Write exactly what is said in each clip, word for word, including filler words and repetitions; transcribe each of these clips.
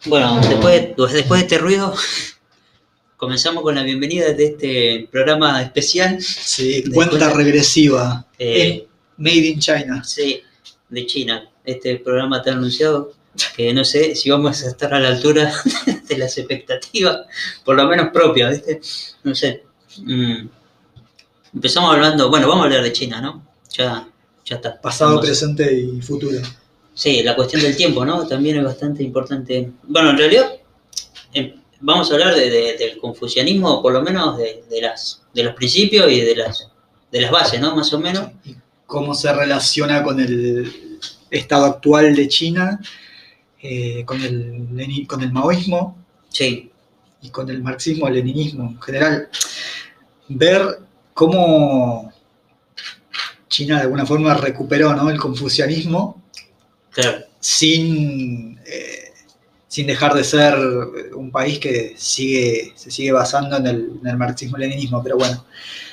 Bueno, después, pues, después de este ruido, comenzamos con la bienvenida de este programa especial. Sí, cuenta Después, regresiva. eh, Made in China. Sí, de China. Este programa tan anunciado que no sé si vamos a estar a la altura de las expectativas, por lo menos propias, ¿viste? No sé. Mm. Empezamos hablando, bueno, vamos a hablar de China, ¿no? Ya, ya está. Pasado, Vamos. presente y futuro. Sí, la cuestión del tiempo, ¿no? También es bastante importante. Bueno, en realidad, eh, vamos a hablar de, de, del confucianismo, por lo menos de, de, las, de los principios y de las, de las bases, ¿no? Más o menos. Sí. ¿Cómo se relaciona con el estado actual de China, eh, con, el, con el maoísmo? Sí. Y con el marxismo-leninismo en general. Ver cómo China de alguna forma recuperó, ¿no?, el confucianismo. Claro. Sin, eh, sin dejar de ser un país que sigue, se sigue basando en el, en el marxismo-leninismo, pero bueno.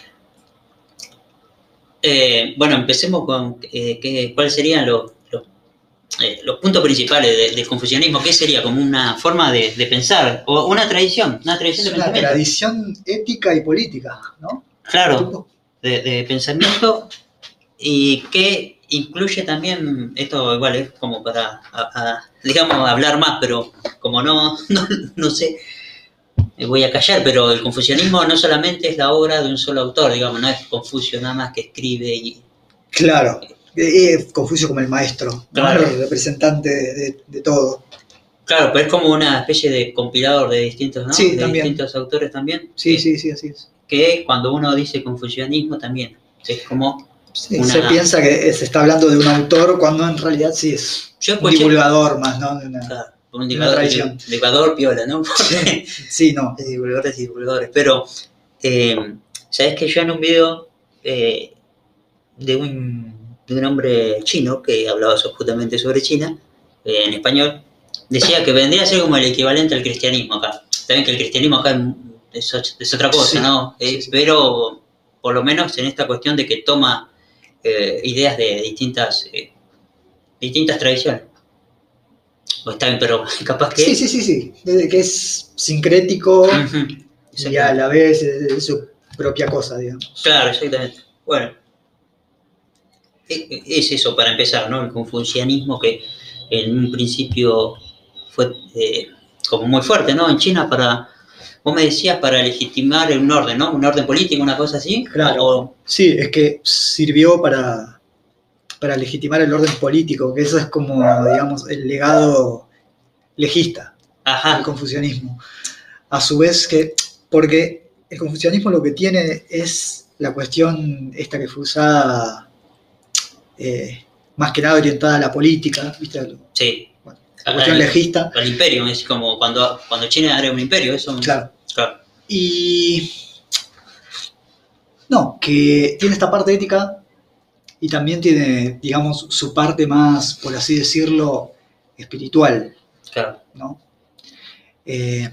Eh, bueno, empecemos con eh, ¿qué, cuáles serían los, los, eh, los puntos principales de, del confucianismo. ¿Qué sería? Como una forma de, de pensar, o una tradición, una tradición es de una pensamiento. tradición ética y política, ¿no? Claro, de, de pensamiento, y que incluye también, esto igual es como para, a, a, digamos, hablar más, pero como no, no, no sé, me voy a callar, pero el confucianismo no solamente es la obra de un solo autor, digamos, no es Confucio nada más que escribe y... Claro, es Confucio como el maestro, ¿no? Claro. El representante de, de todo. Claro, pero es como una especie de compilador de distintos, ¿no? Sí, de también. distintos autores también. Sí, que, sí, sí, así es. Que cuando uno dice confucianismo también, es como... Sí, una... Se piensa que se está hablando de un autor cuando en realidad sí es Yo escuché... un divulgador más, ¿no? De una, claro, un divulgador, una tradición. Divulgador piola, ¿no? Sí, sí, no. De divulgadores y divulgadores. Pero, eh, ¿sabes que yo en un video eh, de, un, de un hombre chino que hablaba justamente sobre China, eh, en español, decía que vendría a ser como el equivalente al cristianismo acá. Saben que el cristianismo acá es, es otra cosa, sí, ¿no? Eh, sí, sí. Pero por lo menos en esta cuestión de que toma eh, ideas de distintas, eh, distintas tradiciones. O está bien, pero capaz que... Sí, sí, sí, sí. Desde que es sincrético uh-huh. y a la vez es, es su propia cosa, digamos. Claro, exactamente. Bueno, es eso para empezar, ¿no? El confucianismo que en un principio fue eh, como muy fuerte, ¿no? En China para, vos me decías, para legitimar un orden, ¿no? Un orden político, una cosa así. Claro, o... sí, es que sirvió para, para legitimar el orden político, que eso es como, digamos, el legado legista Ajá. del confucianismo. A su vez que, porque el confucianismo lo que tiene es la cuestión esta que fue usada eh, más que nada orientada a la política, ¿viste? Sí. Bueno, la cuestión el, legista. El imperio, es como cuando, cuando China era un imperio, eso. Claro. Claro. Y no, que tiene esta parte ética y también tiene, digamos, su parte más, por así decirlo, espiritual. Claro. ¿No? Eh,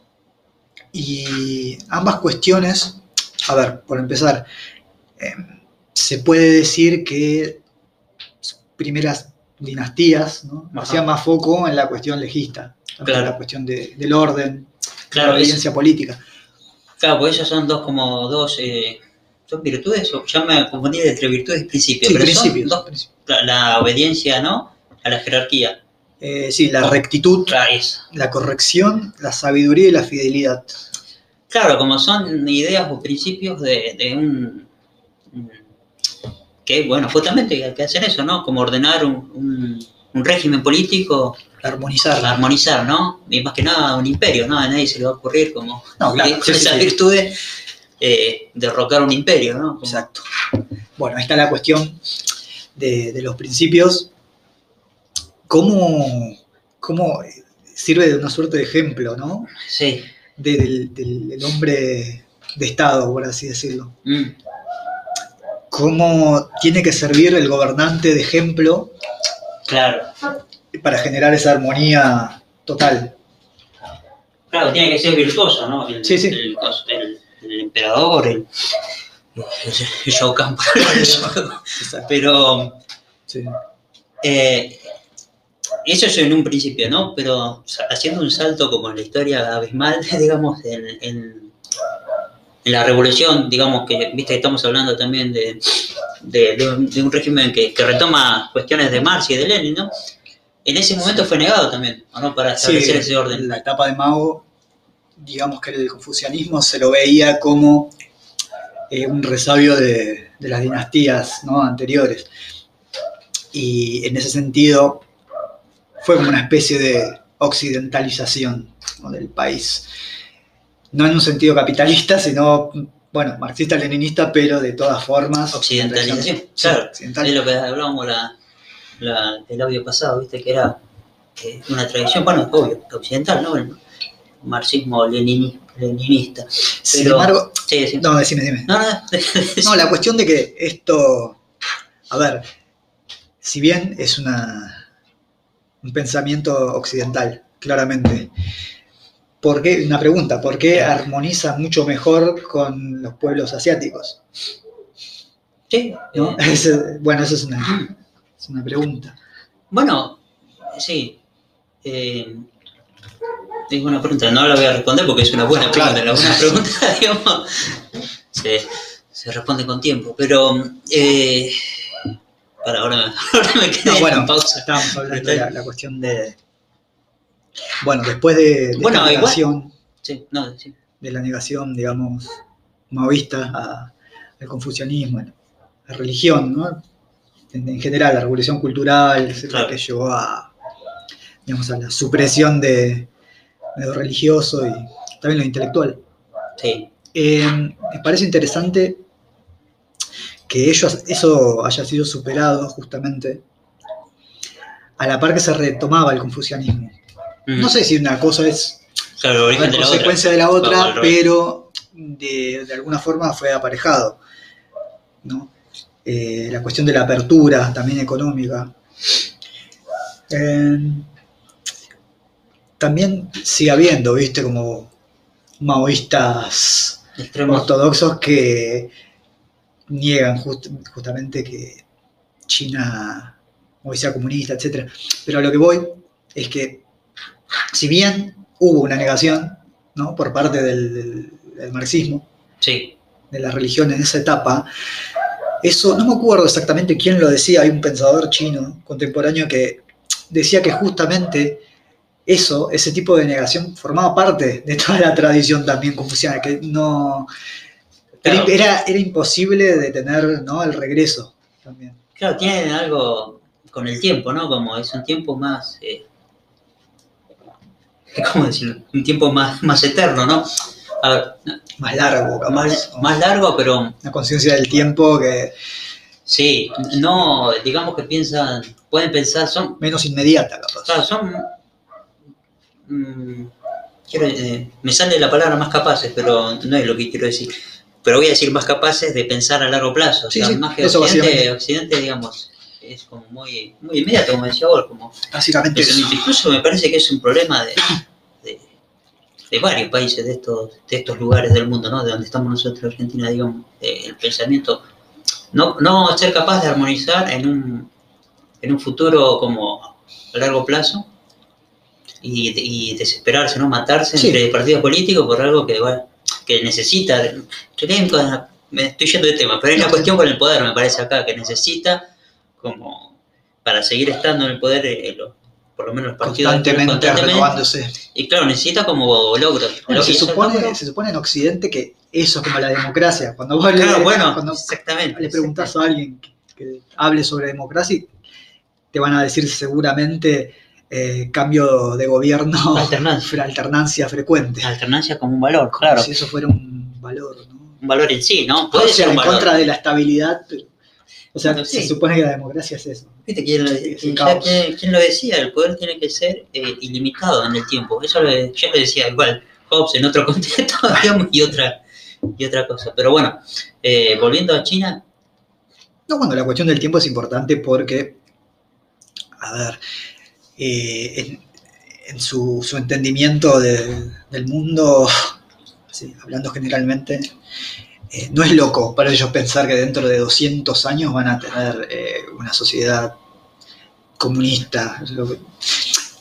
y ambas cuestiones, a ver, por empezar, eh, se puede decir que sus primeras dinastías, ¿no?, hacían más foco en la cuestión legista, claro, en la cuestión de, del orden, claro, la obediencia política. Claro, pues esas son dos como dos, eh, ¿son virtudes? O ya me confundí entre virtudes y principios. Sí, pero principios. Son dos, principios. La, la obediencia, ¿no?, a la jerarquía. Eh, sí, la oh, rectitud, claro, la corrección, la sabiduría y la fidelidad. Claro, como son ideas o principios de, de un... que, bueno, justamente que hacen eso, ¿no? Como ordenar un, un, un régimen político. Armonizar. Armonizar, ¿no? Y más que nada un imperio, ¿no? A nadie se le va a ocurrir como... No, claro. Con sí, esas sí, virtudes, eh, derrocar un imperio, ¿no? Como... Exacto. Bueno, ahí está la cuestión de, de los principios. ¿Cómo, ¿Cómo sirve de una suerte de ejemplo, ¿no? Sí. De, del, del, del hombre de Estado, por así decirlo. Mm. Cómo tiene que servir el gobernante de ejemplo, claro, para generar esa armonía total. Claro, tiene que ser virtuoso, ¿no? El, sí, sí. El, el, el emperador, el, el, el Shao Kahn. Pero... Sí. Eh, eso es en un principio, ¿no? Pero haciendo un salto como en la historia abismal, digamos, en, en, en la revolución, digamos, que viste que estamos hablando también de, de, de, un, de un régimen que, que retoma cuestiones de Marx y de Lenin, ¿no? En ese momento fue negado también, ¿o no? Para establecer Sí, ese orden. en la etapa de Mao, digamos que el confucianismo se lo veía como eh, un resabio de, de las dinastías, ¿no?, anteriores. Y en ese sentido fue como una especie de occidentalización, ¿no?, del país. No en un sentido capitalista, sino, bueno, marxista-leninista, pero de todas formas... Occidentalización, claro. Occidental. Es lo que hablábamos la, la, el audio pasado, ¿viste? Que era eh, una tradición, bueno, obvio, occidental, ¿no? El marxismo lenini, leninista. Pero, Sin embargo... Sí, sí. No, decime, decime. No, no, no, la cuestión de que esto... A ver, si bien es una, un pensamiento occidental, claramente... ¿Por qué? Una pregunta, ¿por qué armoniza mucho mejor con los pueblos asiáticos? Sí. ¿No? Eh, es, bueno, esa es una, es una pregunta. Bueno, sí. Eh, es una pregunta, no la voy a responder porque es una buena pregunta. Claro. La buena pregunta, digamos, se, se responde con tiempo. Pero, eh, para ahora, ahora me quedé no, bueno, en pausa. Estábamos hablando de la, la cuestión de... Bueno, después de, de bueno, esta negación, igual, sí, no, sí. de la negación, digamos, maoísta a, al confucianismo, a la religión, ¿no? En, en general, la revolución cultural, claro, que llevó a, digamos, a la supresión de, de lo religioso y también lo intelectual. Sí. Eh, me parece interesante que ellos, eso haya sido superado justamente a la par que se retomaba el confucianismo. Mm. No sé si una cosa es claro, el origen la de consecuencia la de la otra, no, pero de, de alguna forma fue aparejado, ¿no? Eh, la cuestión de la apertura también económica. Eh, también sigue habiendo, viste, como maoístas extremos ortodoxos que niegan just, justamente que China hoy sea comunista, etcétera. Pero a lo que voy es que, si bien hubo una negación, ¿no?, por parte del, del, del marxismo, sí, de la religión en esa etapa, eso, no me acuerdo exactamente quién lo decía, hay un pensador chino contemporáneo que decía que justamente eso, ese tipo de negación, formaba parte de toda la tradición también confuciana, que no... Claro. Era, era imposible detener, ¿no?, el regreso también. Claro, tienen algo con el tiempo, ¿no? Como es un tiempo más... Eh, ¿Cómo decirlo? Un tiempo más, más eterno, ¿no? A ver, más largo, capaz. Más, más largo, pero... Una conciencia del tiempo que... Sí, no, digamos que piensan, pueden pensar, son... Menos inmediata, capaz. Claro, son... Mmm, quiero, eh, me sale la palabra más capaces, pero no es lo que quiero decir. Pero voy a decir más capaces de pensar a largo plazo. Sí, o sea, sí, más que Occidente, Occidente, digamos, es como muy, muy inmediato, como decía vos. Como, básicamente eso. Incluso me parece que es un problema de... de de varios países de estos, de estos lugares del mundo, ¿no? De donde estamos nosotros, Argentina, digamos, eh, el pensamiento, no, no ser capaz de armonizar en un, en un futuro como a largo plazo y, y desesperarse, ¿no? Matarse sí. entre partidos políticos por algo que, bueno, que necesita, me estoy yendo de tema, pero hay una cuestión con el poder, me parece acá, que necesita como para seguir estando en el poder, eh, lo, por lo menos los partidos constantemente, constantemente renovándose. Y claro, necesita como logros. Bueno, se, supone, se supone en Occidente que eso es como la democracia. Cuando vos claro, le, bueno, cuando exactamente, le preguntás exactamente. a alguien que, que hable sobre democracia, te van a decir seguramente eh, cambio de gobierno, alternancia. alternancia frecuente. Alternancia como un valor, como claro. Si eso fuera un valor, ¿no? Un valor en sí, ¿no? Puede o sea, ser un en valor. contra de la estabilidad. O sea, bueno, sí. se supone que la democracia es eso. ¿Viste quién lo, quién, ya, quién, quién lo decía? El poder tiene que ser eh, ilimitado en el tiempo. Eso lo, ya lo decía igual Hobbes en otro contexto, digamos, y otra, y otra cosa. Pero bueno, eh, volviendo a China. No, bueno, la cuestión del tiempo es importante porque, a ver, eh, en, en su, su entendimiento de, del mundo, sí, hablando generalmente, Eh, no es loco para ellos pensar que dentro de doscientos años van a tener eh, una sociedad comunista.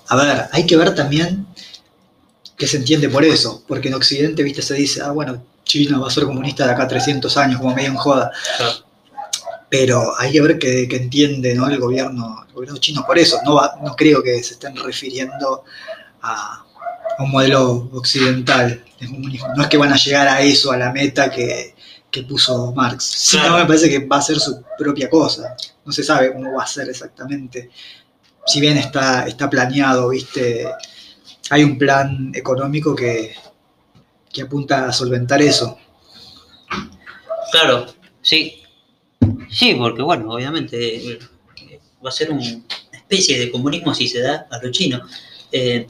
a ver, hay que ver también qué se entiende por eso, porque en Occidente, viste, se dice, ah, bueno, China va a ser comunista de acá a trescientos años, como medio en joda. Claro. Pero hay que ver qué, qué entiende, ¿no? el, gobierno, el gobierno chino por eso. No, va, no creo que se estén refiriendo a, a un modelo occidental de comunismo. No es que van a llegar a eso, a la meta que, que puso Marx. Sino Claro. me parece que va a ser su propia cosa. No se sabe cómo va a ser exactamente. Si bien está, está planeado, ¿viste? Hay un plan económico que, que apunta a solventar eso. Claro, sí. Sí, porque bueno, obviamente eh, va a ser un- una especie de comunismo si se da a los chinos. Eh,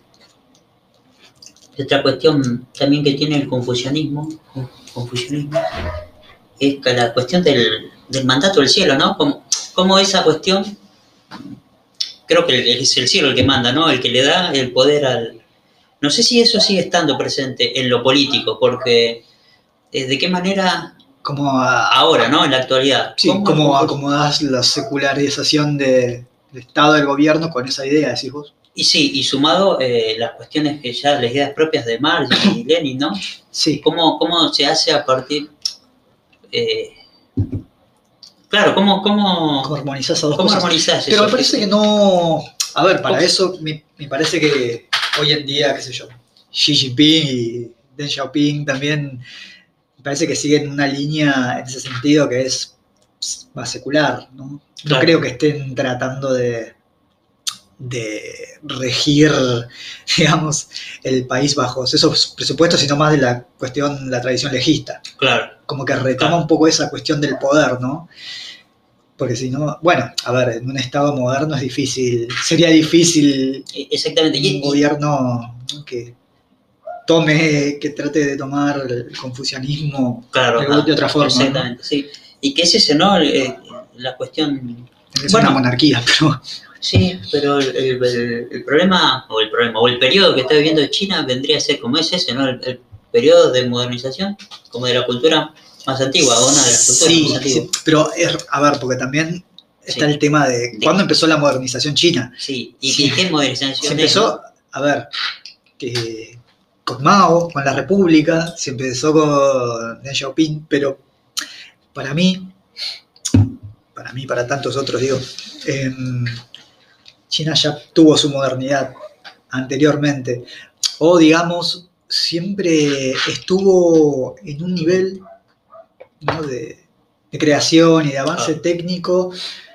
otra cuestión también que tiene el confucianismo, confucianismo es que la cuestión del, del mandato del cielo, ¿no? Como, como esa cuestión, creo que es el cielo el que manda, ¿no? El que le da el poder al... No sé si eso sigue estando presente en lo político, porque eh, de qué manera Como a, ahora, ¿no? En la actualidad. sí, ¿Cómo el como confu- acomodás la secularización de, del Estado del gobierno con esa idea, decís vos. Y sí, y sumado eh, las cuestiones que ya, las ideas propias de Marx y Lenin, ¿no? Sí, ¿Cómo, cómo se hace a partir... eh, claro, ¿cómo, ¿cómo cómo, armonizás esas dos cómo cosas? armonizás Pero eso? me parece que no... A ver, para ¿Cómo? eso me, me parece que hoy en día, qué sé yo, Xi Jinping y Deng Xiaoping también me parece que siguen una línea en ese sentido que es más secular, ¿no? No Claro. creo que estén tratando de, de regir, digamos, el país bajo esos presupuestos, sino más de la cuestión, la tradición legista. Claro, Como que retoma Claro. un poco esa cuestión del poder, ¿no? Porque si no, bueno, a ver, en un Estado moderno es difícil, sería difícil e- exactamente. Y, un y- gobierno, ¿no? que tome, que trate de tomar el confucianismo claro, de, ah, de otra forma, ¿no? exactamente, sí. Y que es ese, ¿no? Eh, la cuestión... Es Bueno, una monarquía, pero sí, pero el, el- el- el problema, o el problema, o el periodo que está viviendo China vendría a ser como es ese, ¿no? El, el periodo de modernización, como de la cultura más antigua, o una de las culturas sí, más antiguas. sí, pero es, a ver, porque también está Sí. el tema de De- cuándo empezó la modernización china. Sí, y, Sí. y qué modernización Se es, empezó, ¿no? a ver, que con Mao, con la República, se empezó con Deng Xiaoping, pero para mí, para mí, para tantos otros, digo, eh, China ya tuvo su modernidad anteriormente, o digamos, siempre estuvo en un nivel, ¿no? de, de creación y de avance Ah. técnico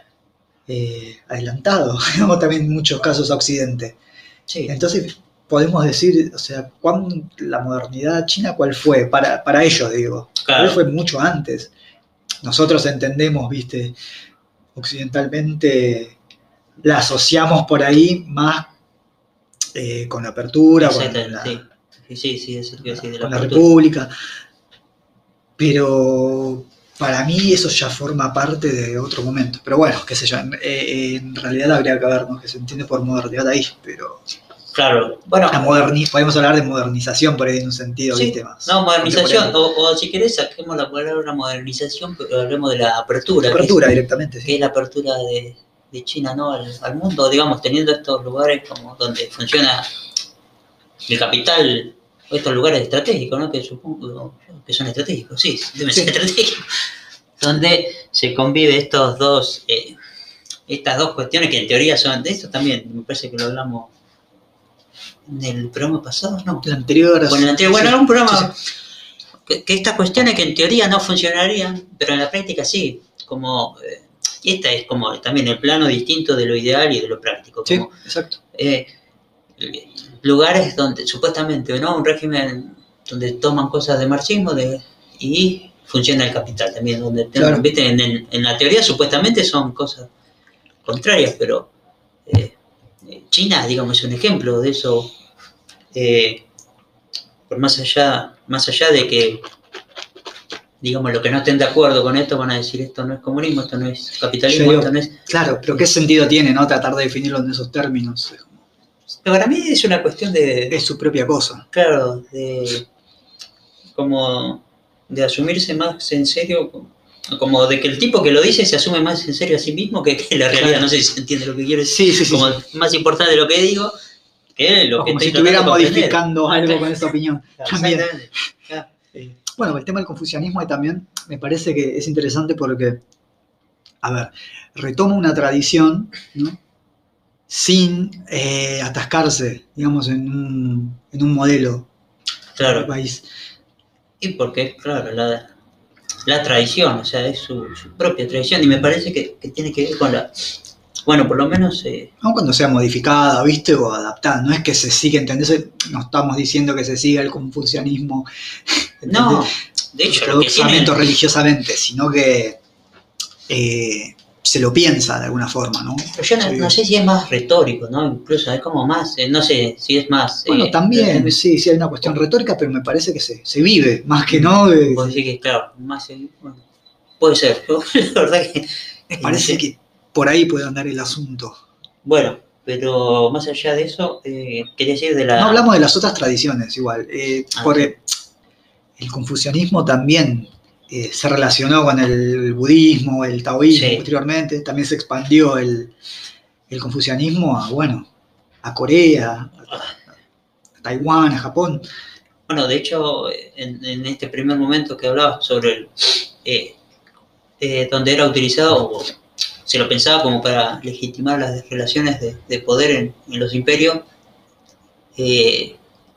eh, adelantado, digamos, también en muchos casos a Occidente. Sí, Entonces, podemos decir, o sea, ¿cuándo la modernidad china cuál fue? Para, para ellos, digo. Para ellos claro, fue mucho antes. Nosotros entendemos, viste, occidentalmente la asociamos por ahí más eh, con la apertura, con exactamente, la, sí. Sí, sí, sí, eso te iba a decir, de la con la apertura. República, pero para mí eso ya forma parte de otro momento. Pero bueno, qué sé yo, en, eh, en realidad habría que ver, ¿no? Que se entiende por modernidad ahí, pero Claro, bueno, la moderni podemos hablar de modernización por ahí en un sentido, sí, ¿viste? Más no, modernización, contemporáneo. o, o si querés saquemos la palabra modernización, pero hablemos de la apertura, que es, Apertura directamente, que sí. es la apertura de, de China, ¿no? Al, al mundo, digamos, teniendo estos lugares como donde funciona el capital, o estos lugares estratégicos, ¿no? Que supongo que son estratégicos, sí, deben Sí. ser estratégicos, donde se convive estos dos, eh, estas dos cuestiones que en teoría son, de esto también, me parece que lo hablamos en el programa pasado, ¿no? El anterior. Bueno, el anterior, bueno, sí, era un programa sí, sí. que, que estas cuestiones que en teoría no funcionarían, pero en la práctica sí, como, eh, y esta es como también el plano distinto de lo ideal y de lo práctico, Sí, como exacto. eh, lugares donde supuestamente, ¿no? Un régimen donde toman cosas de marxismo de, y funciona el capital también, donde Claro. ¿viste? En, en, en la teoría supuestamente son cosas contrarias, pero eh, China, digamos, es un ejemplo de eso. Eh, por más allá, más allá de que, digamos, los que no estén de acuerdo con esto van a decir esto no es comunismo, esto no es capitalismo, Yo digo, esto no es... claro, pero ¿qué sentido tiene, no? Tratar de definirlo en esos términos. Pero para mí es una cuestión de... Es su propia cosa. Claro, de... como... de asumirse más en serio, como de que el tipo que lo dice se asume más en serio a sí mismo que, que la realidad, Claro. no sé si se entiende lo que quiero decir, Sí, sí, sí. como sí. más importante de lo que digo, Que lo o que como si estoy tratando estuvieran de comprender. modificando algo con esa opinión. También. Exactamente. Claro. Eh, bueno, el tema del confucianismo también me parece que es interesante porque, a ver, retoma una tradición, ¿no? Sin eh, atascarse, digamos, en un, en un modelo de Claro. país. Y porque, claro, la, la tradición, o sea, es su, su propia tradición y me parece que, que tiene que ver con la... Bueno, por lo menos... Eh, Aun cuando sea modificada, ¿viste? O adaptada. No es que se siga, ¿entendés? No estamos diciendo que se siga el confucianismo, ¿entendés? no, de hecho, lo que Ortodoxamente tienen... o religiosamente, sino que eh, se lo piensa de alguna forma, ¿no? Pero yo no, no sé si es más retórico, ¿no? Incluso es como más, eh, no sé si es más... Bueno, eh, también, eh, sí, sí hay una cuestión retórica, pero me parece que se, se vive, más que no. Eh, puedo decir que, claro, más... Eh, bueno, puede ser, yo, la verdad que... me parece que por ahí puede andar el asunto. Bueno, pero más allá de eso, eh, quería decir de la... No hablamos de las otras tradiciones igual, eh, Ah, porque el confucianismo también eh, se relacionó con el budismo, el taoísmo sí. posteriormente, también se expandió el, el confucianismo a, bueno, a Corea, a, a Taiwán, a Japón. Bueno, de hecho, en, en este primer momento que hablaba sobre el, eh, eh, donde era utilizado, o se lo pensaba como para legitimar las relaciones de, de poder en, en los imperios, eh,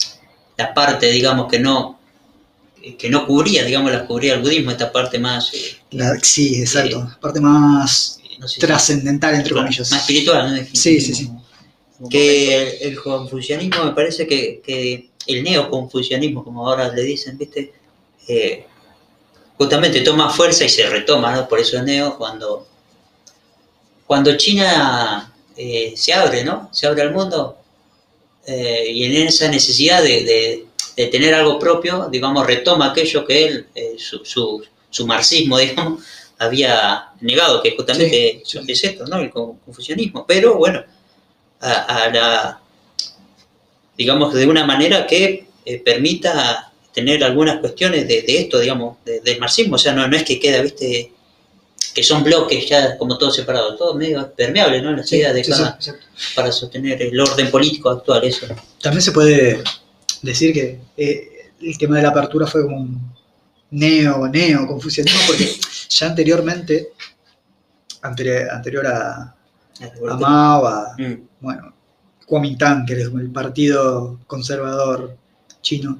la parte, digamos, que no que no cubría, digamos, la cubría el budismo, esta parte más... Eh, la, sí, exacto, eh, la parte más no sé trascendental, si, entre claro, comillas. más espiritual, ¿no? Sí, sí, sí. Que el confucianismo me parece que, que el neoconfucianismo, como ahora le dicen, ¿viste? Eh, justamente toma fuerza y se retoma, ¿no? Por eso es neo, cuando, cuando China eh, se abre, ¿no? Se abre al mundo eh, y en esa necesidad de, de, de, tener algo propio, digamos, retoma aquello que él, eh, su, su, su marxismo, digamos, había negado, que justamente sí, sí. es esto, ¿no? El confucianismo. Pero bueno, a, a la, digamos, de una manera que eh, permita tener algunas cuestiones de, de esto, digamos, de, del marxismo. O sea, no, no es que queda, viste, que son bloques ya como todos separados, todo medio permeable, ¿no? Las sí, ideas de sí, cada, sí, para sostener el orden político actual, eso. También se puede decir que eh, el tema de la apertura fue como un neo, neo, confucianismo, porque ya anteriormente, anterior, anterior a, a Mao, a, mm. bueno, Kuomintang, que es el partido conservador chino,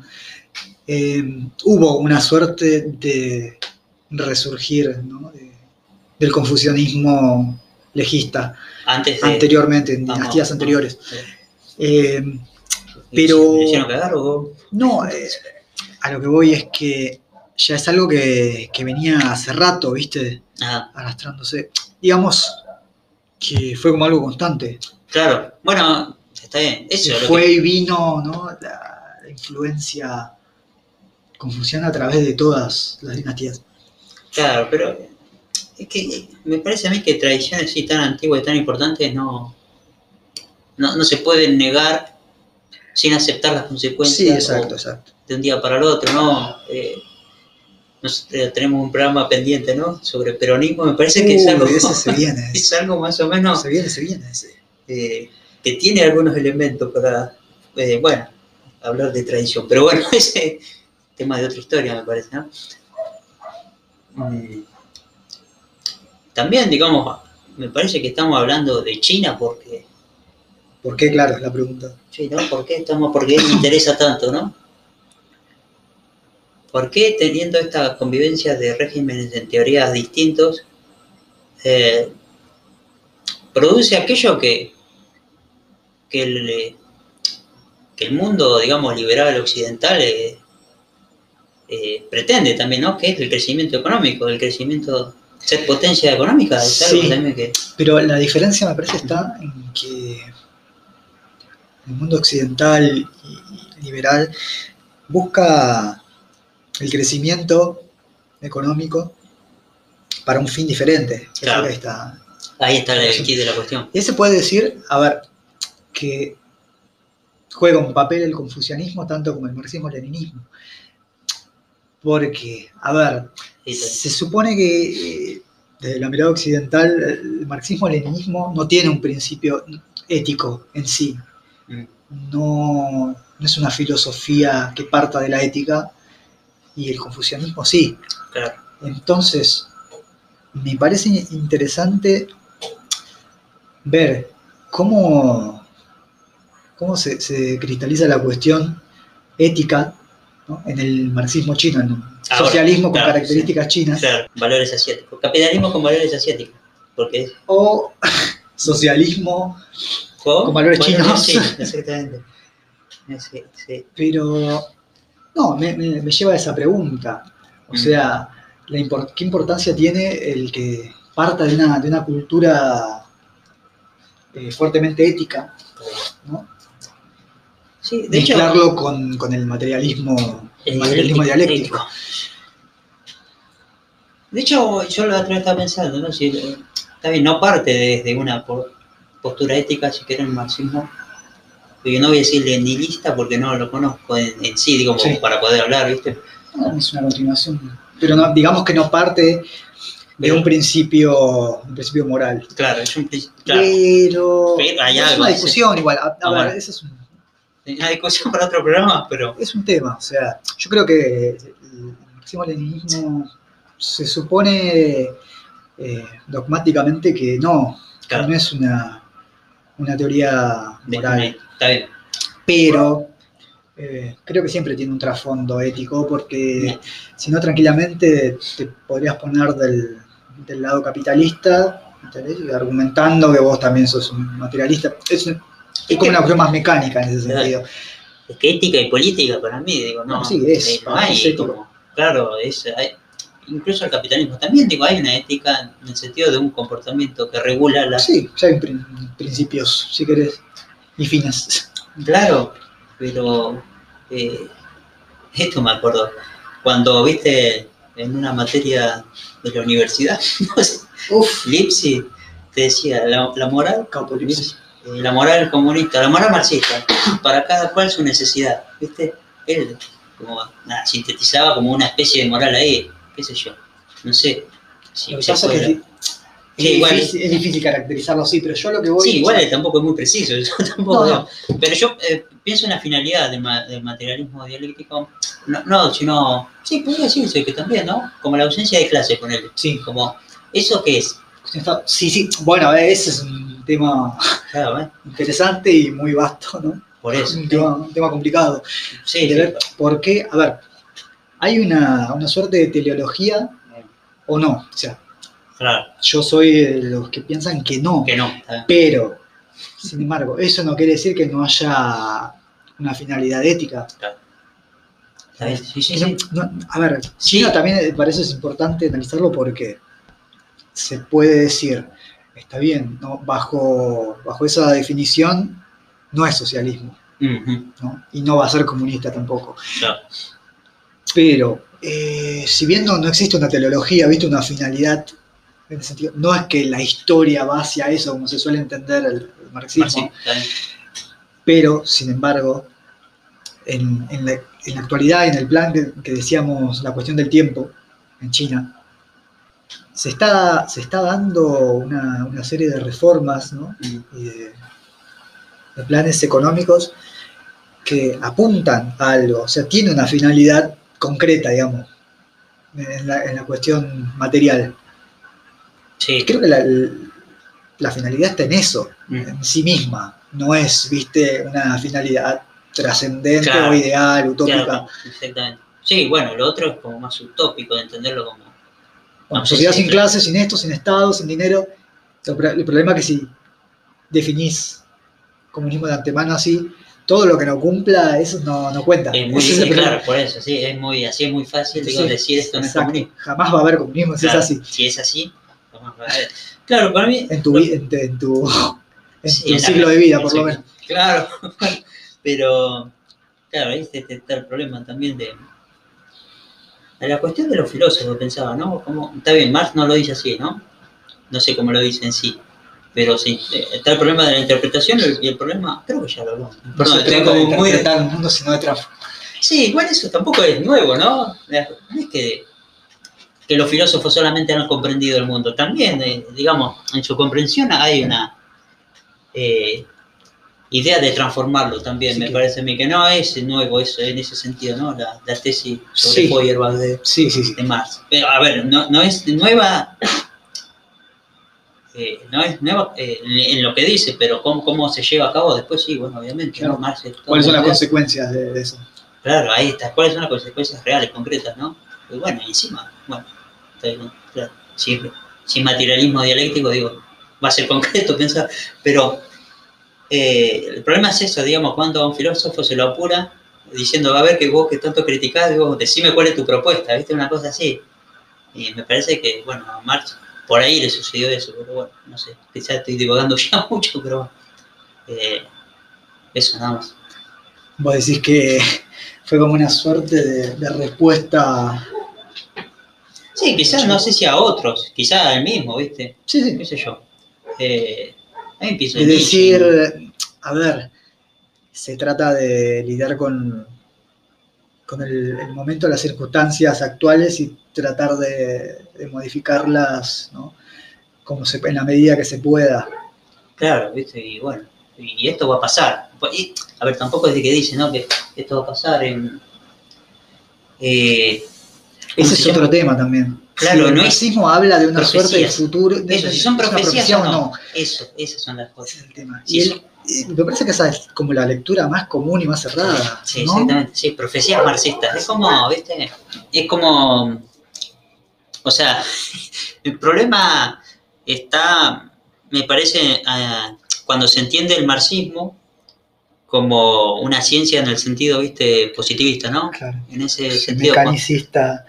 eh, hubo una suerte de resurgir, ¿no? de, del confucianismo legista Antes de, anteriormente, en dinastías vamos, anteriores. Vamos, eh, pero no, eh, a lo que voy es que ya es algo que, que venía hace rato, ¿viste? Ajá. Arrastrándose. Digamos que fue como algo constante. Claro, bueno, está bien. Eso fue que... y vino, ¿no? La, la influencia confuciana a través de todas las dinastías. Claro, pero es que me parece a mí que tradiciones así tan antiguas y tan importantes no, no, no se pueden negar sin aceptar las consecuencias. Sí, exacto, exacto. De un día para el otro, ¿no? Eh, nosotros tenemos un programa pendiente, ¿no? Sobre peronismo, me parece uh, que es algo, ese se viene, es algo más o menos... Se viene, se viene. Ese. Eh, que tiene algunos elementos para, eh, bueno, hablar de tradición. Pero bueno, ese tema de otra historia, me parece, ¿no? Mm. También, digamos, me parece que estamos hablando de China porque... ¿Por qué? Claro, es la pregunta. Sí, ¿no? ¿Por qué estamos? Porque me interesa tanto, ¿no? ¿Por qué teniendo esta convivencia de regímenes en teoría distintos, eh, produce aquello que, que, el, que el mundo, digamos, liberal occidental eh, eh, pretende también, ¿no? Que es el crecimiento económico, el crecimiento... Ser potencia económica es sí, algo también que... Pero la diferencia me parece está en que el mundo occidental y liberal busca el crecimiento económico para un fin diferente. Claro. Ahí está, Ahí está el kit de la cuestión. Y se puede decir, a ver, que juega un papel el confucianismo tanto como el marxismo-leninismo. Porque, a ver, sí, sí. se supone que desde la mirada occidental el marxismo-leninismo no tiene un principio ético en sí. Mm. no, no es una filosofía que parta de la ética, y el confucianismo sí. Claro. Entonces, me parece interesante ver cómo, cómo se, se cristaliza la cuestión ética, ¿no?, en el marxismo chino, en el Ahora, socialismo con claro, características sí, chinas. Claro, valores asiáticos. Capitalismo con valores asiáticos. Porque es, O socialismo con, con valores chinos. chinos. Exactamente. Sí, sí. Pero, no, me, me- me lleva a esa pregunta. O Mm. sea, la import- ¿qué importancia tiene el que parta de una, de una cultura eh, fuertemente ética, ¿no? Sí, de hecho, Mezclarlo con, con el materialismo, el eh, materialismo dialéctico, dialéctico. De hecho, yo la otra vez estaba pensando, ¿no? Si, eh, está bien, no parte desde una po- postura ética, si quieren, el marxismo. Yo no voy a decir leninista porque no lo conozco en, en sí, digo, como Sí. para poder hablar, ¿viste? No, es una continuación. Pero no, digamos que no parte de Pero- un principio, un principio moral. Claro, es un principio. Claro, Pero, Pero hay es algo, una sí. discusión igual. A, a Ah, ver, bueno. ese es un, una discusión para otro programa, pero. es un tema. O sea, yo creo que el marxismo-leninismo se supone eh, dogmáticamente que no, Claro, no es una, una teoría de- moral. está bien. Pero eh, creo que siempre tiene un trasfondo ético, porque Bien. si no, tranquilamente te podrías poner del, del lado capitalista, ¿entendés? Y argumentando que vos también sos un materialista. Es, es como que- una cuestión más mecánica en ese Claro. sentido. Es que ética y política para mí, digo, no, Bueno, sí, es, eh, no para mí es hay ético. como. Claro, es, hay- incluso el capitalismo también, digo, hay una ética en el sentido de un comportamiento que regula la. Sí, ya hay prin- principios, si querés, y fines. Claro, pero eh, esto me acuerdo. Cuando viste en una materia de la universidad, no sé, Uf, Lipsi te decía, la, la moral, Capolipsis. eh, la moral comunista, la moral marxista, para cada cual su necesidad, ¿viste? Él como nada, sintetizaba como una especie de moral ahí, qué sé yo, no sé. Si Lo que se pasa es puede- que es, Sí, es igual- difícil, es difícil caracterizarlo así, pero yo lo que voy... Sí, igual él tampoco es muy preciso, yo tampoco No, veo. no. Pero yo eh, pienso en la finalidad del, ma- del materialismo dialéctico, no, no, sino, sí, podría decirse que también, ¿no? Como la ausencia de clase, ponerle. Sí. Como, ¿eso qué es? Sí, sí, bueno, ese es un tema Claro, ¿eh? interesante y muy vasto, ¿no? Por eso. Un tema, un tema complicado. Sí, De sí. ver por qué, a ver, hay una, una suerte de teleología o no. O sea, Claro, yo soy de los que piensan que no, que no. está bien. pero, sin embargo, eso no quiere decir que no haya una finalidad ética. Claro. Está bien, sí, sí, Eso, sí. no, a ver, Sí. China también para eso es importante analizarlo, porque se puede decir, está bien, ¿no? bajo, bajo esa definición no es socialismo, Ujú, ¿no? Y no va a ser comunista tampoco. claro. Pero, eh, si bien no, no existe una teleología, ¿viste? Una finalidad, en ese sentido, no es que la historia va hacia eso, como se suele entender el, el marxismo, Sí, está bien. pero, sin embargo, en, en, la, en la actualidad, en el plan que, que decíamos, la cuestión del tiempo, en China, se está, se está dando una, una serie de reformas, ¿no? Mm. Y de, de planes económicos que apuntan a algo, o sea, tiene una finalidad concreta, digamos, en la, en la cuestión material. Sí. Creo que la, la finalidad está en eso, Mm. en sí misma, no es, viste, una finalidad trascendente Claro. o ideal, utópica. Claro, exactamente. Sí, bueno, lo otro es como más utópico de entenderlo como. Bueno, no sé sociedad si- sin clase, sin esto, sin Estado, sin dinero. El problema es que si definís comunismo de antemano así, todo lo que no cumpla, eso no, no cuenta. Es muy, Ese es el sí, problema. claro, por eso, sí, es muy, así es muy fácil, digo, Entonces, decir esto no es exacto, comunismo. jamás va a haber comunismo si Claro, es así. Si es así, jamás va a haber. Claro, para mí. En tu, vi- en, te- en tu, en Sí, tu en la- ciclo de vida, por sí, lo menos. Claro, pero, claro, ahí este, este está el problema también de. de la cuestión de los filósofos, pensaba, ¿no? Como, está bien, Marx no lo dice así, ¿no? No sé cómo lo dice en sí. Pero sí, eh, está el problema de la interpretación y el problema, creo que ya lo hablamos. No Perdón, se estoy trata de como muy. interpretar el mundo, sino de transformar. Sí, igual eso tampoco es nuevo, ¿no? No es que, que los filósofos solamente han comprendido el mundo. También, eh, digamos, en su comprensión hay una eh, idea de transformarlo también, Sí, me que- parece a mí, que no es nuevo eso, en ese sentido, ¿no? La, la tesis sobre Sí. Feuerbach de, Sí, sí, sí. de Marx. Pero, a ver, no, no es nueva, eh, no es nueva eh, en lo que dice, pero cómo, cómo se lleva a cabo después, sí, bueno, obviamente, Claro. ¿no? Marx es todo ¿Cuáles son un las pedazo. consecuencias de, de eso? Claro, ahí está. ¿Cuáles son las consecuencias reales, concretas, no? Y bueno, y encima, bueno, está bien, claro, si, sin materialismo dialéctico, digo, va a ser concreto pensar, pero eh, el problema es eso, digamos, cuando a un filósofo se lo apura diciendo, a ver, que vos que tanto criticás, digo, decime cuál es tu propuesta, ¿viste? Una cosa así. Y me parece que, bueno, a Marx por ahí le sucedió eso, pero bueno, no sé, quizás estoy divagando ya mucho, pero bueno, eh, eso nada más. Vos decís que fue como una suerte de, de respuesta. Sí, quizás no sé si a otros, quizás al mismo, ¿viste? Sí, ¿Qué sí. sé yo? Eh, a mí pienso De en decir, Nietzsche. a ver, se trata de lidiar con, con el, el momento, las circunstancias actuales y tratar de, de modificarlas, ¿no? Como se, en la medida que se pueda. Claro, ¿viste? Y bueno, y esto va a pasar. Y, a ver, tampoco es de que dice, ¿no? Que esto va a pasar en... Eh, ¿Cómo Ese se es llama? otro tema también. Si Claro, el no es marxismo habla de una suerte de profecías. futuro, de, Eso, de, si son ¿es una profecías profecía o o no. no? Eso, esas son las Ese cosas. es el tema. Si Y son, él, eh, me parece que esa es como la lectura más común y más cerrada, sí, ¿no? exactamente, sí, profecías marxistas. Es como, ¿viste? Es como... O sea, el problema está, me parece, uh, cuando se entiende el marxismo como una ciencia en el sentido, viste, positivista, ¿no? Claro. En ese Ese sentido. mecanicista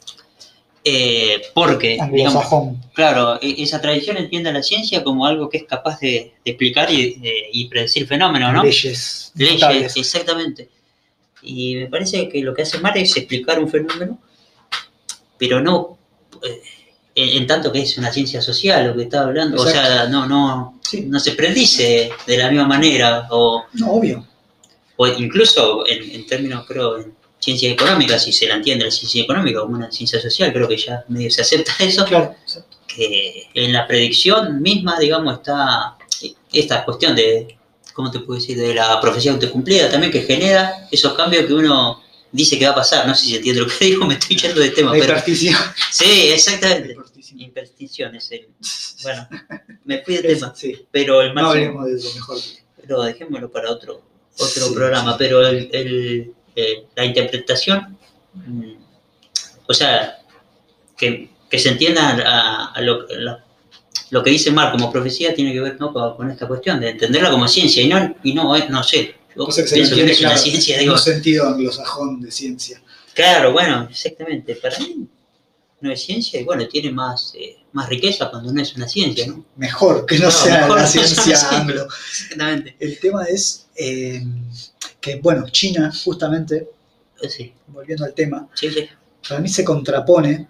Eh, porque, digamos, anglosajón. claro, esa tradición entiende a la ciencia como algo que es capaz de, de explicar y, de, y predecir fenómenos, ¿no? Leyes. Leyes, Notables. exactamente. Y me parece que lo que hace Marx es explicar un fenómeno, pero no... Eh, En, en tanto que es una ciencia social lo que está hablando, exacto. O sea, no, no, sí. no se predice de la misma manera, o, no, obvio. O incluso en, en términos, creo, en ciencia económica, si se la entiende la ciencia económica como una ciencia social, creo que ya medio se acepta eso, claro, que en la predicción misma, digamos, está esta cuestión de, ¿cómo te puedo decir?, de la profecía autocumplida también, que genera esos cambios que uno dice que va a pasar. No sé si entiende lo que digo, me estoy yendo de tema. La hiperstición. Sí, exactamente. Hiperstición es el... Bueno, me fui de tema. Sí. Pero el máximo, no hablemos de eso, mejor. Pero dejémoslo para otro, otro sí, programa. Sí. Pero el, el, eh, la interpretación, mmm, o sea, que, que se entienda a, a lo, la, lo que dice Marx como profecía tiene que ver, ¿no?, con, con esta cuestión de entenderla como ciencia y no, y no, no sé. Yo Cosa que se pienso que no es claro, una ciencia, en digo. un sentido anglosajón de ciencia. Claro, bueno, exactamente. Para mí no es ciencia y bueno, tiene más, eh, más riqueza cuando no es una ciencia, ¿no? Mejor que no, no sea mejor la ciencia no anglo. Exactamente. El tema es eh, que, bueno, China, justamente, sí. volviendo al tema, sí, sí. para mí se contrapone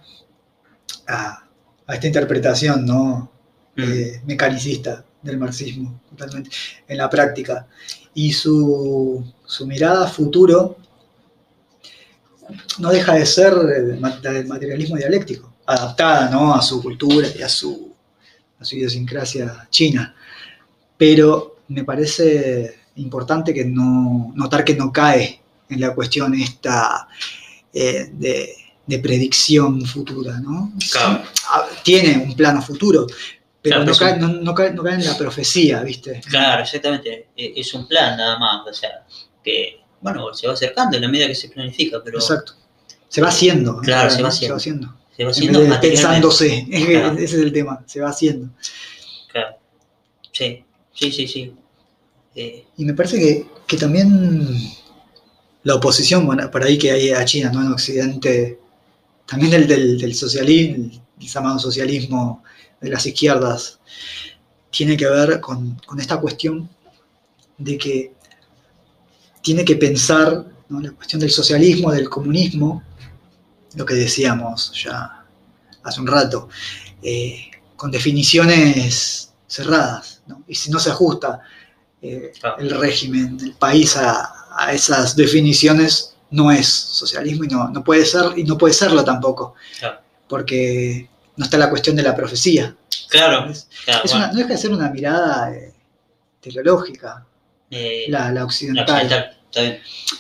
a, a esta interpretación, ¿no? Mm. Eh, mecanicista del marxismo, totalmente, en la práctica. Y su, su mirada a futuro no deja de ser la del materialismo dialéctico, adaptada, ¿no?, a su cultura y a su, a su idiosincrasia china. Pero me parece importante que no, notar que no cae en la cuestión esta eh, de, de predicción futura, ¿no? Claro. Tiene un plano futuro, pero claro, no, cae, un... no, no, cae, no cae en la profecía, ¿viste? Claro, exactamente. Es un plan nada más, o sea, que, bueno, se va acercando en la medida que se planifica, pero... Exacto. Se va haciendo. Claro, ¿no? se va haciendo. Se va haciendo. Se va haciendo en vez de pensándose, claro. Ese es el tema, se va haciendo. Claro. Sí, sí, sí, sí. Eh... Y me parece que, que también la oposición, bueno, por ahí que hay a China, ¿no?, en Occidente, también del, del, del socialismo, el llamado socialismo de las izquierdas, tiene que ver con, con esta cuestión de que tiene que pensar, ¿no?, la cuestión del socialismo, del comunismo, lo que decíamos ya hace un rato, eh, con definiciones cerradas, ¿no? Y si no se ajusta eh, claro. el régimen del país a, a esas definiciones, no es socialismo y no, no puede ser, y no puede serlo tampoco, claro. Porque no está la cuestión de la profecía. Claro. Es, claro es bueno. una, no deja de ser una mirada eh, teleológica. Eh, la, la la occidental. occidental, está bien.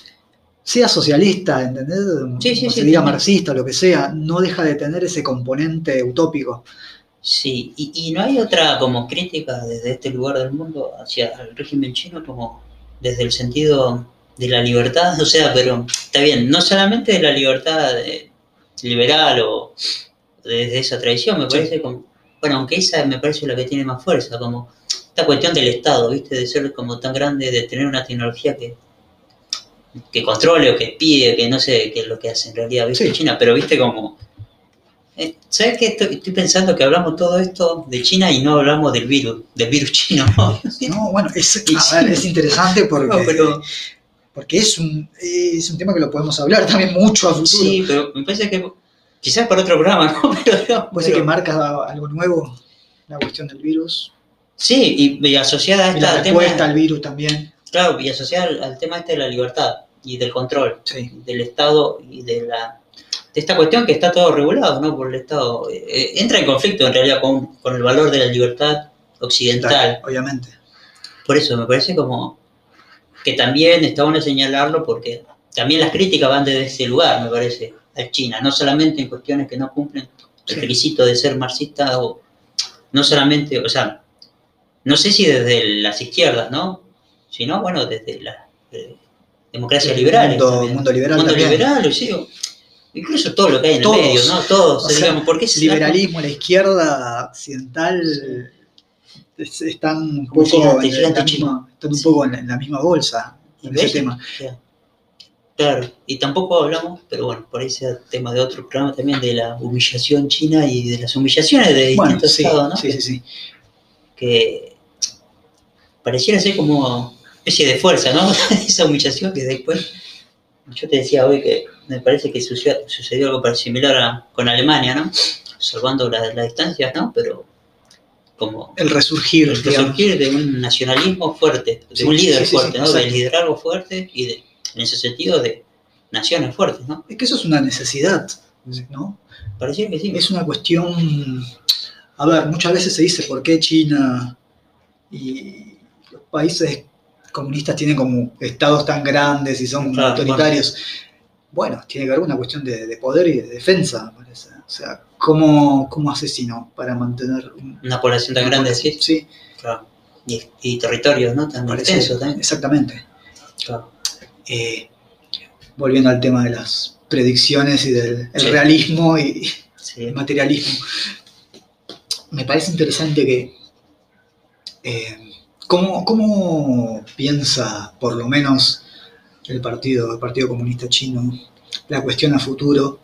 Sea socialista, ¿entendés? Sí, sí, o sí, se diga también. marxista, lo que sea, no deja de tener ese componente utópico. Sí, y, y no hay otra como crítica desde este lugar del mundo hacia el régimen chino como desde el sentido de la libertad, o sea, pero está bien, no solamente de la libertad eh, liberal o desde esa tradición, me Sí. parece como, bueno, aunque esa me parece la que tiene más fuerza, como esta cuestión del Estado, ¿viste? De ser como tan grande, de tener una tecnología que, que controle o que espíe, que no sé qué es lo que hace en realidad, ¿viste? Sí. China, pero viste como eh, ¿sabes qué? Estoy, estoy pensando que hablamos todo esto de China y no hablamos del virus, del virus chino. No, bueno, es, Y a ver, sí, es interesante porque, no, pero porque es, un, es un tema que lo podemos hablar también mucho a futuro. sí, pero me parece que quizás para otro programa, ¿no? Pero, no, Puede ser pero que marca algo nuevo, la cuestión del virus. sí, y, y asociada a Y la esta, al respuesta tema, al virus también. claro, y asociada al, al tema este de la libertad y del control Sí. del Estado y de la de esta cuestión que está todo regulado, ¿no? Por el Estado. Eh, entra en conflicto en realidad con, con el valor de la libertad occidental. Dale, obviamente. Por eso me parece como que también está bueno señalarlo porque también las críticas van desde ese lugar, me parece, a China, no solamente en cuestiones que no cumplen el Sí. requisito de ser marxista o no solamente, o sea, no sé si desde las izquierdas, ¿no? Sino, bueno, desde las eh, democracias El liberales mundo, también. mundo liberal Mundo también. liberal, sí, o incluso todo lo que hay en Todos. el medio, ¿no? Todos, O sea, digamos, porque es liberalismo, la izquierda occidental sí. están un como poco gigante, en, gigante la misma, chino. están un Sí. poco en, en la misma bolsa Y en ese ves, tema. o sea, claro, y tampoco hablamos, pero bueno, por ese tema de otro programa también de la humillación china y de las humillaciones de distintos Bueno, sí, estados, ¿no? sí, que, sí, sí. que pareciera ser como una especie de fuerza, ¿no? Esa humillación que después, yo te decía hoy que me parece que sucedió, sucedió algo similar a, con Alemania, ¿no? Salvando las la distancias, ¿no? Pero como El resurgir, el digamos. resurgir de un nacionalismo fuerte, de Sí, un líder sí, sí, fuerte, sí, ¿no? De exacto. liderazgo fuerte y de, en ese sentido de naciones fuertes, ¿no? Es que eso es una necesidad, ¿no? Pareciera que sí. Es una cuestión. A ver, muchas veces se dice por qué China y los países comunistas tienen como estados tan grandes y son como Claro, autoritarios. Bueno, tiene que haber una cuestión de, de poder y de defensa, me parece. O sea, ¿cómo, cómo asesino para mantener un, una población tan grande, ¿sí? Sí. Claro. Y, y territorios, ¿no? Tan Parece, extensos también. Exactamente. Claro. Eh, volviendo al tema de las predicciones y del el Sí. realismo y Sí. el materialismo, me parece interesante que eh, ¿cómo, cómo piensa por lo menos el partido, el Partido Comunista Chino la cuestión a futuro?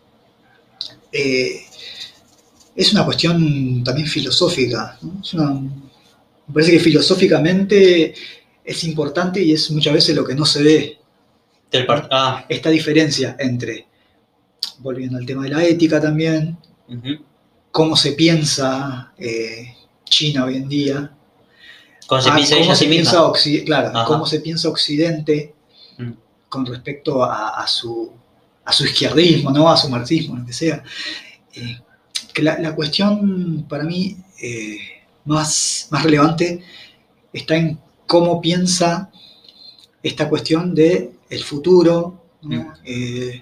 Eh, es una cuestión también filosófica, ¿no? Es una, me parece que filosóficamente es importante y es muchas veces lo que no se ve. Del part- ah. Esta diferencia entre, volviendo al tema de la ética también, uh-huh. cómo se piensa eh, China hoy en día, ¿Cómo se a piensa cómo ella a se sí piensa misma? Occidente, claro, Ajá. cómo se piensa Occidente mm. con respecto a, a, su, a su izquierdismo, ¿no? A su marxismo, lo que sea. Eh, que la, la cuestión para mí eh, más, más relevante está en cómo piensa esta cuestión de el futuro, ¿no? Mm. eh,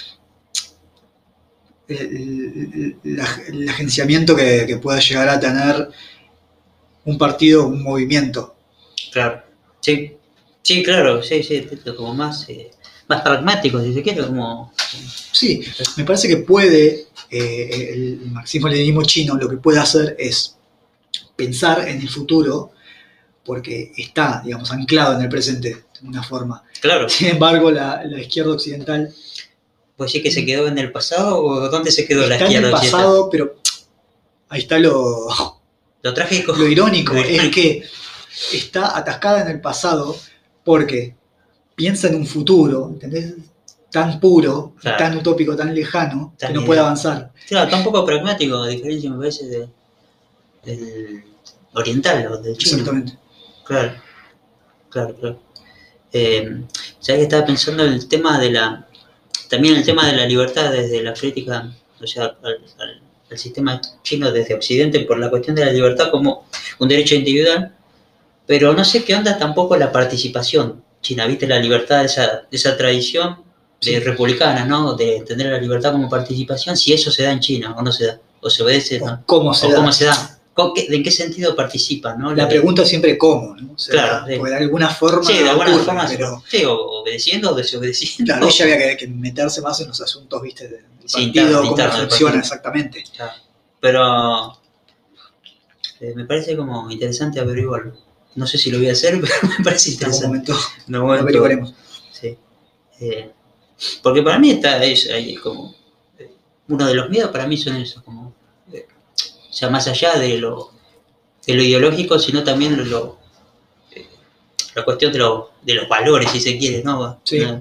el, el, el agenciamiento que, que pueda llegar a tener un partido, un movimiento. Claro, sí, sí, claro, sí, sí, como más, eh, más pragmático, si se quiere, como... Sí, me parece que puede, eh, el marxismo-leninismo chino lo que puede hacer es pensar en el futuro, porque está, digamos, anclado en el presente, de una forma. Claro. Sin embargo, la, la izquierda occidental... ¿Pues sí que se quedó en el pasado o dónde se quedó la está izquierda en el occidental? pasado, pero ahí está lo... Lo trágico. Lo irónico, lo es que está atascada en el pasado porque piensa en un futuro, ¿entendés? Tan puro, claro. tan utópico, tan lejano, tan que no bien. puede avanzar. Claro, tan poco pragmático, a diferencia, me parece, de, del oriental o del chino. Exactamente. Claro, claro, claro. Eh, ¿Sabes que estaba pensando en el tema de la... También el tema de la libertad desde la crítica, o sea, al, al, al sistema chino desde Occidente por la cuestión de la libertad como un derecho individual? pero no sé qué onda tampoco la participación china, ¿viste? La libertad, esa, esa tradición de Sí. republicana, ¿no? De entender la libertad como participación, si eso se da en China o no se da, o se obedece, O ¿no? cómo se o da. cómo se da, ¿Con qué- ¿en qué sentido participan, ¿no? La La- pregunta es siempre cómo, ¿no? O sea, Claro, sí. porque de alguna forma Sí, de alguna ocurre, forma, pero sí, o obedeciendo o desobedeciendo. claro, ella había que, que meterse más en los asuntos, ¿viste? Del Sí, partido, interno, cómo interno del funciona partido. exactamente. Claro. Pero eh, me parece como interesante averiguarlo. No sé si lo voy a hacer, pero me parece En algún interesante. momento En algún lo momento, averiguaremos. sí. Eh, porque para mí está es, ahí como eh, uno de los miedos para mí son esos, como eh, o sea, más allá de lo, de lo ideológico, sino también lo, lo, eh, la cuestión de, lo, de los valores, si se quiere, ¿no? Sí. No,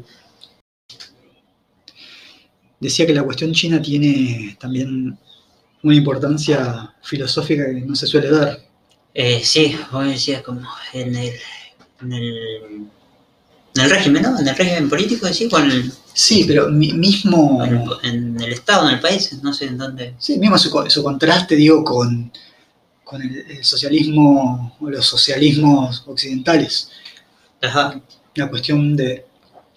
Decía que la cuestión china tiene también una importancia filosófica que no se suele dar. eh, sí, vos decías como en el, en el, en el régimen, ¿no? En el régimen político, decís, o en el, Sí, pero mi- mismo... en el, en el Estado, en el país, no sé en dónde. Sí, mismo su, co- su contraste, digo, con, con el, el socialismo o los socialismos occidentales. Ajá. La cuestión de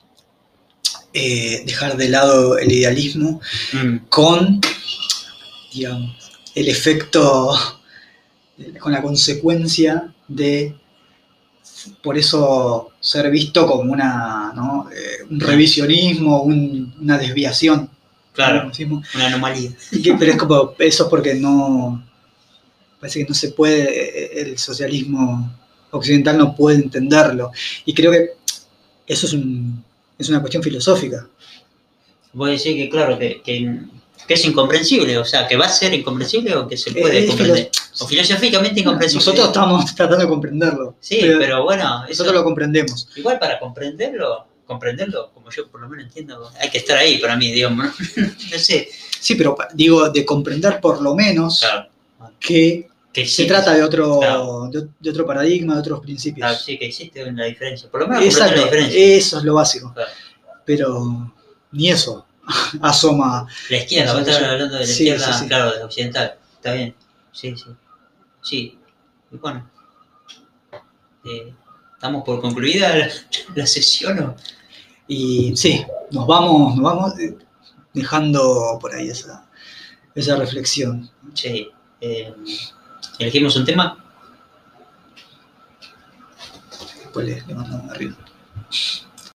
eh, dejar de lado el idealismo Mm, con, digamos, el efecto, con la consecuencia de, por eso, ser visto como una, ¿no? eh, un revisionismo, un- una desviación. claro, ¿no? Decimos, una anomalía. y que- pero es como, eso es porque no, parece que no se puede, el socialismo occidental no puede entenderlo. Y creo que eso es, un, es una cuestión filosófica. Vos decís que, claro, que, que, que es incomprensible, o sea, que va a ser incomprensible o que se puede Es comprender. filos- O filosóficamente incomprensible. Nosotros estamos tratando de comprenderlo. Sí, pero, pero bueno, nosotros eso, lo comprendemos. igual para comprenderlo, comprenderlo, como yo por lo menos entiendo, hay que estar ahí para mí, digamos, ¿no? No sé. Sí, pero digo, de comprender por lo menos Claro, que que se existe, trata de otro, claro, de, de otro paradigma, de otros principios. claro, sí, que existe una diferencia. Por lo menos comprender Exacto, la diferencia. eso es lo básico. Claro. Pero ni eso asoma. La izquierda, vos estás hablando de la Sí, izquierda, sí, sí. claro, de la occidental. Está bien. Sí, sí. Sí. Y bueno, eh, ¿estamos por concluida la, la sesión o? Y sí, nos vamos, nos vamos eh, dejando por ahí esa, esa reflexión. Sí. Eh, elegimos un tema. Después le, le mandamos arriba.